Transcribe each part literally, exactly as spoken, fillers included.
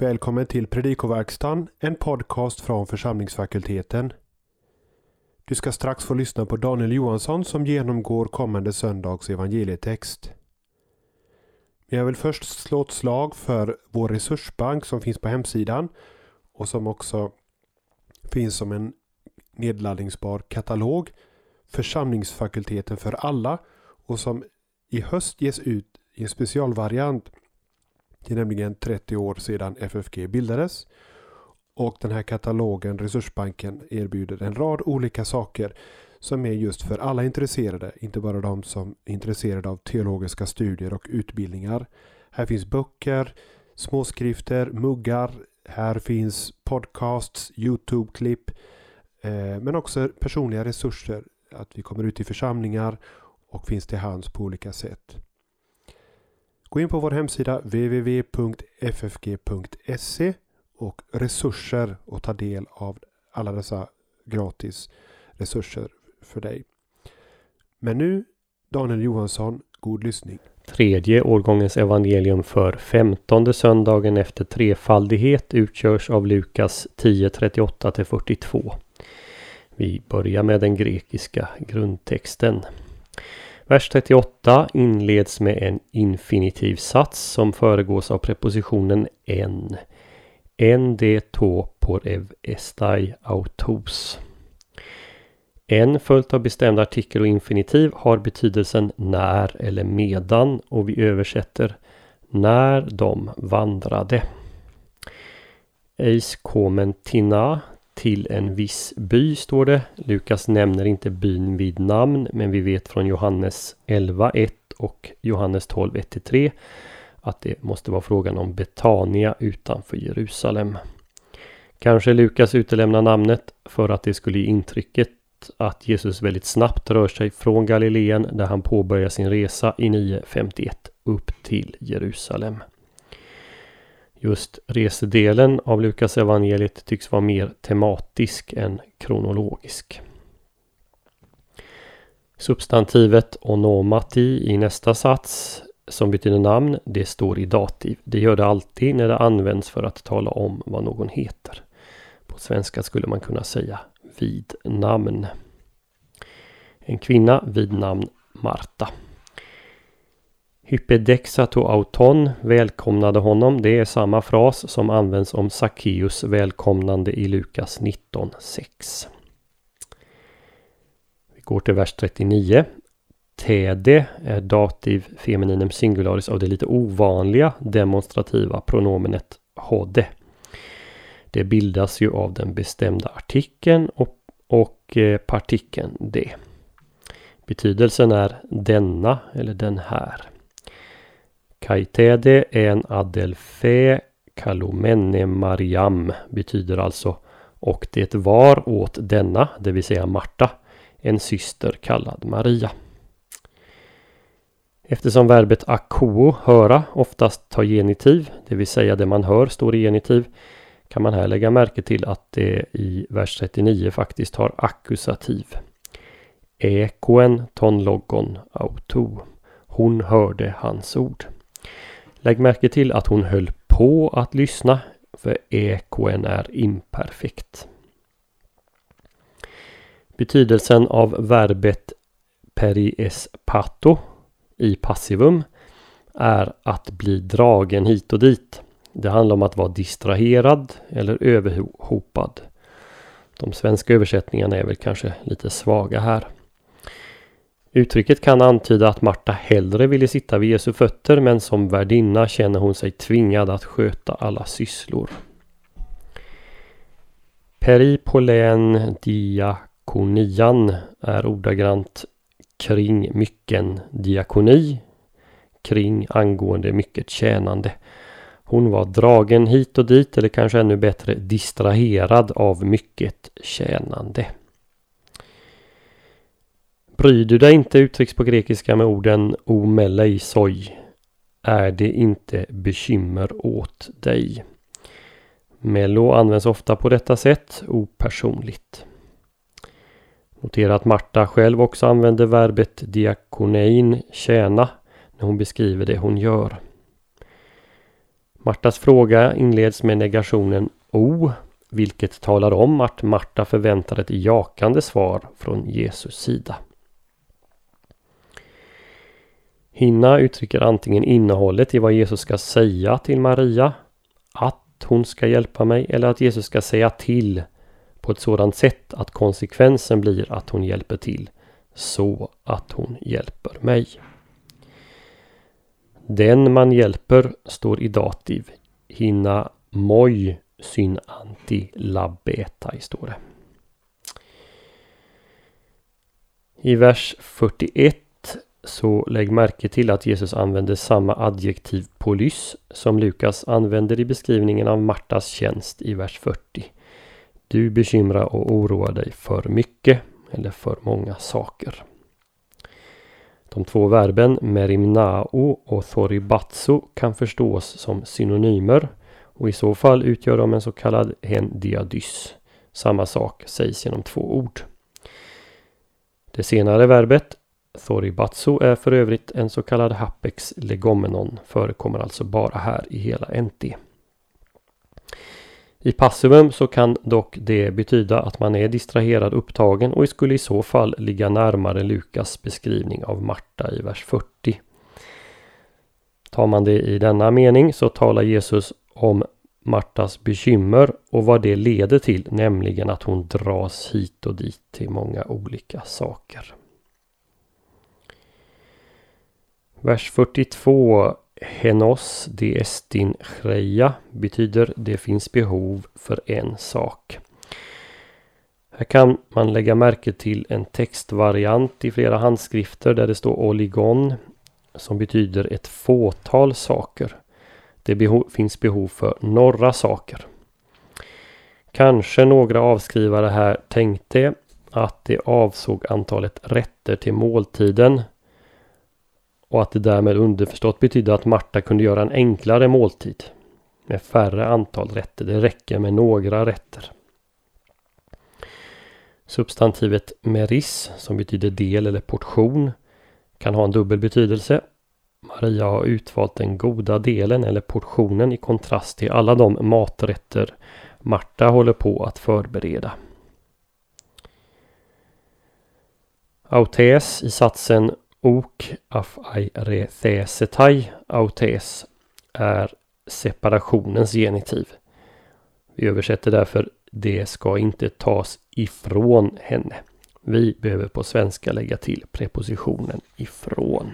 Välkommen till Predikoverkstan, en podcast från församlingsfakulteten. Du ska strax få lyssna på Daniel Johansson som genomgår kommande söndags evangelietext. Men jag vill först slå ett slag för vår resursbank som finns på hemsidan och som också finns som en nedladdningsbar katalog, Församlingsfakulteten för alla, och som i höst ges ut i en specialvariant. Det är nämligen trettio år sedan F F G bildades, och den här katalogen, Resursbanken, erbjuder en rad olika saker som är just för alla intresserade, inte bara de som är intresserade av teologiska studier och utbildningar. Här finns böcker, småskrifter, muggar, här finns podcasts, YouTube-klipp, eh, men också personliga resurser, att vi kommer ut i församlingar och finns till hands på olika sätt. Gå in på vår hemsida w w w punkt f f g punkt s e och resurser och ta del av alla dessa gratis resurser för dig. Men nu, Daniel Johansson, god lyssning. Tredje årgångens evangelium för femtonde söndagen efter trefaldighet utgörs av Lukas tio trettioåtta till fyrtiotvå. Vi börjar med den grekiska grundtexten. Vers trettioåtta inleds med en infinitivsats som föregås av prepositionen en. En de to porev estai autos. En följt av bestämd artikel och infinitiv har betydelsen när eller medan, och vi översätter när de vandrade. Eis komen tina, till en viss by, står det. Lukas nämner inte byn vid namn, men vi vet från Johannes elva ett och Johannes tolv ett till tre att det måste vara frågan om Betania utanför Jerusalem. Kanske Lukas utelämnar namnet för att det skulle ge intrycket att Jesus väldigt snabbt rör sig från Galileen, där han påbörjar sin resa i nio femtioett, upp till Jerusalem. Just resedelen av Lukas evangeliet tycks vara mer tematisk än kronologisk. Substantivet onomati i nästa sats, som betyder namn, det står i dativ. Det gör det alltid när det används för att tala om vad någon heter. På svenska skulle man kunna säga vid namn. En kvinna vid namn Marta. Hypedexato auton, välkomnade honom. Det är samma fras som används om Sackeus välkomnande i Lukas nitton sex. Vi går till vers trettionio. Tede är dativ femininum singularis av det lite ovanliga demonstrativa pronomenet hode. Det bildas ju av den bestämda artikeln och, och eh, partikeln de. Betydelsen är denna eller den här. Kaitede är en adelfe kalomene Mariam, betyder alltså och det var åt denna, det vill säga Marta, en syster kallad Maria. Eftersom verbet akoo, höra, oftast tar genitiv, det vill säga det man hör står i genitiv, kan man här lägga märke till att det i vers trettionio faktiskt har ackusativ. Ekoen ton logon auto. Hon hörde hans ord. Lägg märke till att hon höll på att lyssna, för ekoen är imperfekt. Betydelsen av verbet periespato i passivum är att bli dragen hit och dit. Det handlar om att vara distraherad eller överhopad. De svenska översättningarna är väl kanske lite svaga här. Uttrycket kan antyda att Marta hellre ville sitta vid Jesu fötter, men som värdinna känner hon sig tvingad att sköta alla sysslor. Peripolen diakonian är ordagrant kring mycken diakoni, kring angående mycket tjänande. Hon var dragen hit och dit, eller kanske ännu bättre distraherad av mycket tjänande. Bryr du dig inte uttrycks på grekiska med orden o meleisoi, är det inte bekymmer åt dig. Melo används ofta på detta sätt, opersonligt. Notera att Marta själv också använder verbet diakonein, tjäna, när hon beskriver det hon gör. Martas fråga inleds med negationen O, vilket talar om att Marta förväntar ett jakande svar från Jesus sida. Hinna uttrycker antingen innehållet i vad Jesus ska säga till Maria, att hon ska hjälpa mig, eller att Jesus ska säga till på ett sådant sätt att konsekvensen blir att hon hjälper till, så att hon hjälper mig. Den man hjälper står i dativ. Hinna moi syn anti labbetai står det. I vers fyrtioett så lägg märke till att Jesus använder samma adjektiv polys som Lukas använder i beskrivningen av Martas tjänst i vers fyrtio. Du bekymrar och oroar dig för mycket eller för många saker. De två verben merimnao och thoribatso kan förstås som synonymer och i så fall utgör de en så kallad hendiadys. Samma sak sägs genom två ord. Det senare verbet, thoribatso, är för övrigt en så kallad hapex legomenon, förekommer alltså bara här i hela N T. I passivum så kan dock det betyda att man är distraherad upptagen och skulle i så fall ligga närmare Lukas beskrivning av Marta i vers fyrtio. Tar man det i denna mening så talar Jesus om Martas bekymmer och vad det leder till, nämligen att hon dras hit och dit till många olika saker. Vers fyrtiotvå, henos de estin chreia, betyder det finns behov för en sak. Här kan man lägga märke till en textvariant i flera handskrifter där det står oligon, som betyder ett fåtal saker. Det beho- finns behov för några saker. Kanske några avskrivare här tänkte att det avsåg antalet rätter till måltiden och att det därmed underförstått betyder att Marta kunde göra en enklare måltid med färre antal rätter. Det räcker med några rätter. Substantivet meris, som betyder del eller portion, kan ha en dubbel betydelse. Maria har utvalt den goda delen eller portionen i kontrast till alla de maträtter Marta håller på att förbereda. Autes i satsen ok af aire thesetai, autes, är separationens genitiv. Vi översätter därför det ska inte tas ifrån henne. Vi behöver på svenska lägga till prepositionen ifrån.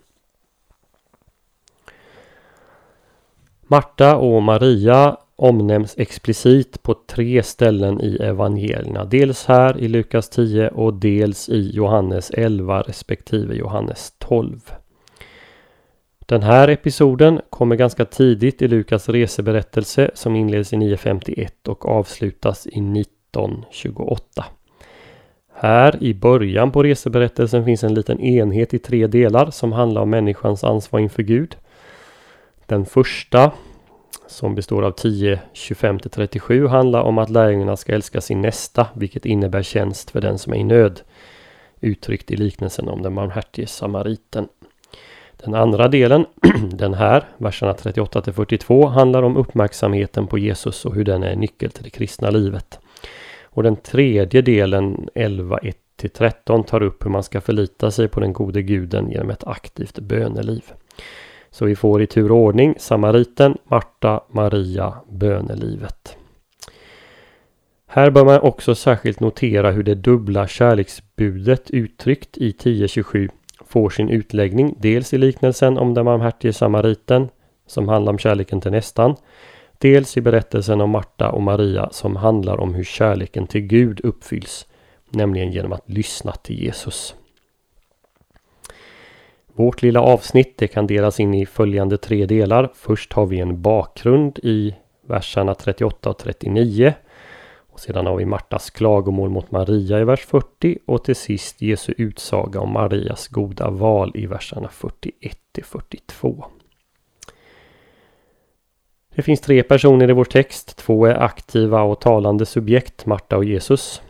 Marta och Maria omnämns explicit på tre ställen i evangelierna. Dels här i Lukas tio och dels i Johannes elva respektive Johannes tolv. Den här episoden kommer ganska tidigt i Lukas reseberättelse som inleds i nio femtioett och avslutas i nitton tjugoåtta. Här i början på reseberättelsen finns en liten enhet i tre delar som handlar om människans ansvar inför Gud. Den första, som består av tio tjugofem till trettiosju, handlar om att lärjungarna ska älska sin nästa, vilket innebär tjänst för den som är i nöd, uttryckt i liknelsen om den barmhärtige samariten. Den andra delen, den här, verserna trettioåtta till fyrtiotvå, handlar om uppmärksamheten på Jesus och hur den är nyckel till det kristna livet. Och den tredje delen, elva ett till tretton, tar upp hur man ska förlita sig på den gode guden genom ett aktivt böneliv. Så vi får i tur och ordning samariten, Marta, Maria, bönelivet. Här bör man också särskilt notera hur det dubbla kärleksbudet uttryckt i tio tjugosju får sin utläggning, dels i liknelsen om den barmhärtige samariten som handlar om kärleken till nästan, dels i berättelsen om Marta och Maria som handlar om hur kärleken till Gud uppfylls, nämligen genom att lyssna till Jesus. Vårt lilla avsnitt det kan delas in i följande tre delar. Först har vi en bakgrund i verserna trettioåtta och trettionio. Och sedan har vi Martas klagomål mot Maria i vers fyrtio. Och till sist Jesu utsaga om Marias goda val i verserna fyrtioett till fyrtiotvå. Det finns tre personer i vår text. Två är aktiva och talande subjekt, Marta och Jesus.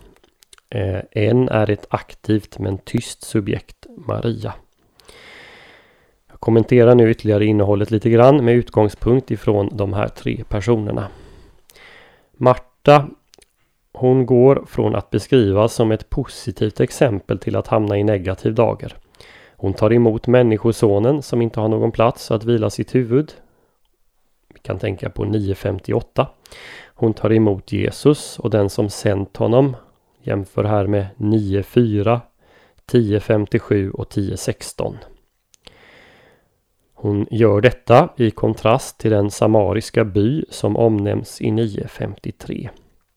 En är ett aktivt men tyst subjekt, Maria. Jag kommenterar nu ytterligare innehållet lite grann med utgångspunkt ifrån de här tre personerna. Marta, hon går från att beskrivas som ett positivt exempel till att hamna i negativ dager. Hon tar emot människosonen som inte har någon plats att vila sitt huvud. Vi kan tänka på nio femtioåtta. Hon tar emot Jesus och den som sänt honom. Jämför här med nio fyra, tio femtiosju och tio sexton. Hon gör detta i kontrast till den samariska by som omnämns i nio femtiotre.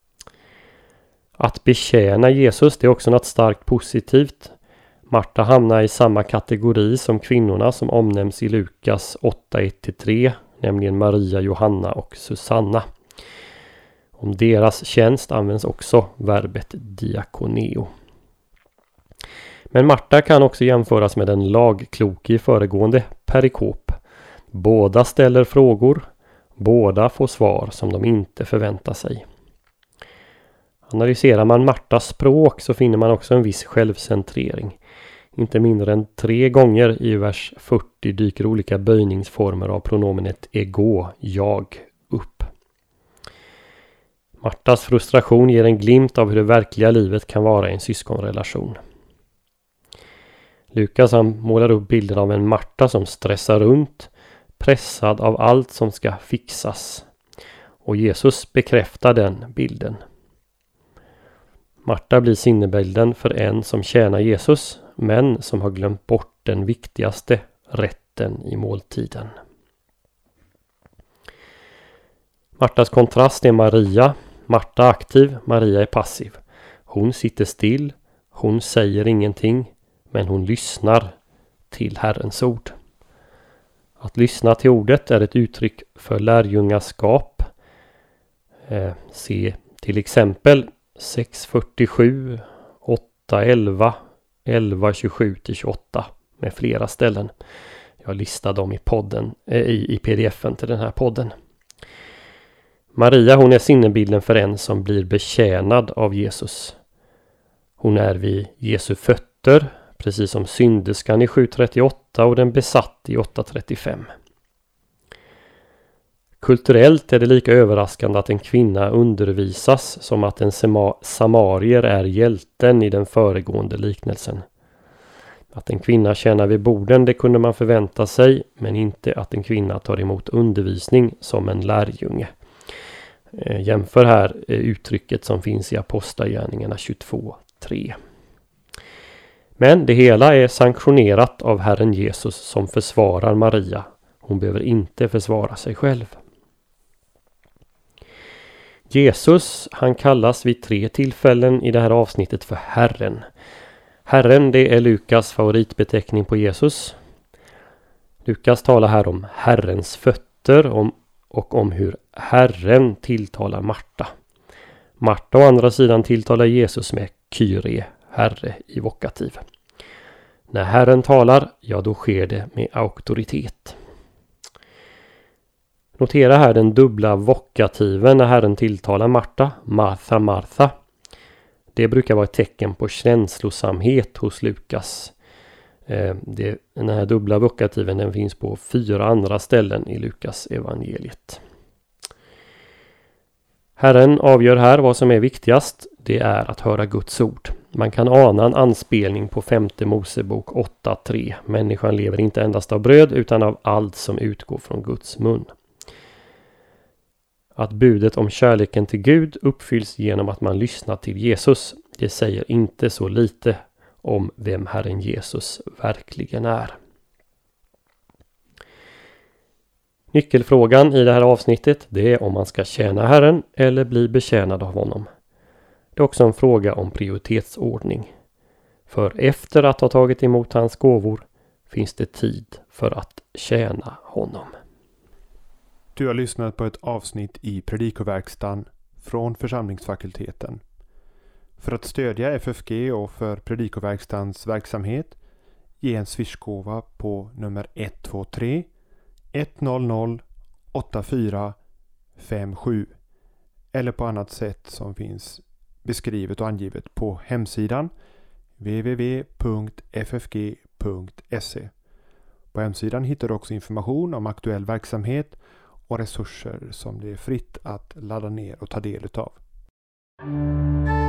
Att betjäna Jesus, det är också något starkt positivt. Marta hamnar i samma kategori som kvinnorna som omnämns i Lukas åtta ett till tre, nämligen Maria, Johanna och Susanna. Om deras tjänst används också verbet diakoneo. Men Marta kan också jämföras med den lagkloke i föregående perikop. Båda ställer frågor, båda får svar som de inte förväntar sig. Analyserar man Martas språk så finner man också en viss självcentrering. Inte mindre än tre gånger i vers fyrtio dyker olika böjningsformer av pronomenet ego, jag, upp. Martas frustration ger en glimt av hur det verkliga livet kan vara i en syskonrelation. Lukas han målar upp bilden av en Marta som stressar runt, pressad av allt som ska fixas. Och Jesus bekräftar den bilden. Marta blir sinnebilden för en som tjänar Jesus, men som har glömt bort den viktigaste rätten i måltiden. Martas kontrast är Maria. Marta aktiv, Maria är passiv. Hon sitter still, hon säger ingenting, men hon lyssnar till Herrens ord. Att lyssna till ordet är ett uttryck för lärjungaskap. Eh, se till exempel sex fyrtiosju, åtta elva, elva tjugosju till tjugoåtta med flera ställen. Jag listar dem i podden eh, i, i pdf-en till den här podden. Maria, hon är sinnebilden för en som blir betjänad av Jesus. Hon är vid Jesu fötter, precis som syndeskan i sju trettioåtta och den besatt i åtta trettiofem. Kulturellt är det lika överraskande att en kvinna undervisas som att en samarier är hjälten i den föregående liknelsen. Att en kvinna tjänar vid borden, det kunde man förvänta sig, men inte att en kvinna tar emot undervisning som en lärjunge. Jämför här uttrycket som finns i Apostlagärningarna tjugotvå tre. Men det hela är sanktionerat av Herren Jesus som försvarar Maria. Hon behöver inte försvara sig själv. Jesus, han kallas vid tre tillfällen i det här avsnittet för Herren. Herren, det är Lukas favoritbeteckning på Jesus. Lukas talar här om Herrens fötter om, och om hur Herren tilltalar Marta. Marta å andra sidan tilltalar Jesus med Kyrie, Herre i vokativ. När Herren talar, ja då sker det med auktoritet. Notera här den dubbla vokativen när Herren tilltalar Marta, Martha, Martha. Det brukar vara ett tecken på känslosamhet hos Lukas. Eh, det, den här dubbla vokativen den finns på fyra andra ställen i Lukas evangeliet. Herren avgör här vad som är viktigast. Det är att höra Guds ord. Man kan ana en anspelning på femte Mosebok åtta tre. Människan lever inte endast av bröd utan av allt som utgår från Guds mun. Att budet om kärleken till Gud uppfylls genom att man lyssnar till Jesus. Det säger inte så lite om vem Herren Jesus verkligen är. Nyckelfrågan i det här avsnittet det är om man ska tjäna Herren eller bli betjänad av honom. Det är också en fråga om prioritetsordning. För efter att ha tagit emot hans gåvor finns det tid för att tjäna honom. Du har lyssnat på ett avsnitt i Predikoverkstan från församlingsfakulteten. För att stödja F F G och för Predikoverkstans verksamhet ge en swishgåva på nummer ett två tre ett noll noll åtta fyra fem sju eller på annat sätt som finns beskrivet och angivet på hemsidan w w w punkt f f g punkt s e. På hemsidan hittar du också information om aktuell verksamhet och resurser som det är fritt att ladda ner och ta del utav.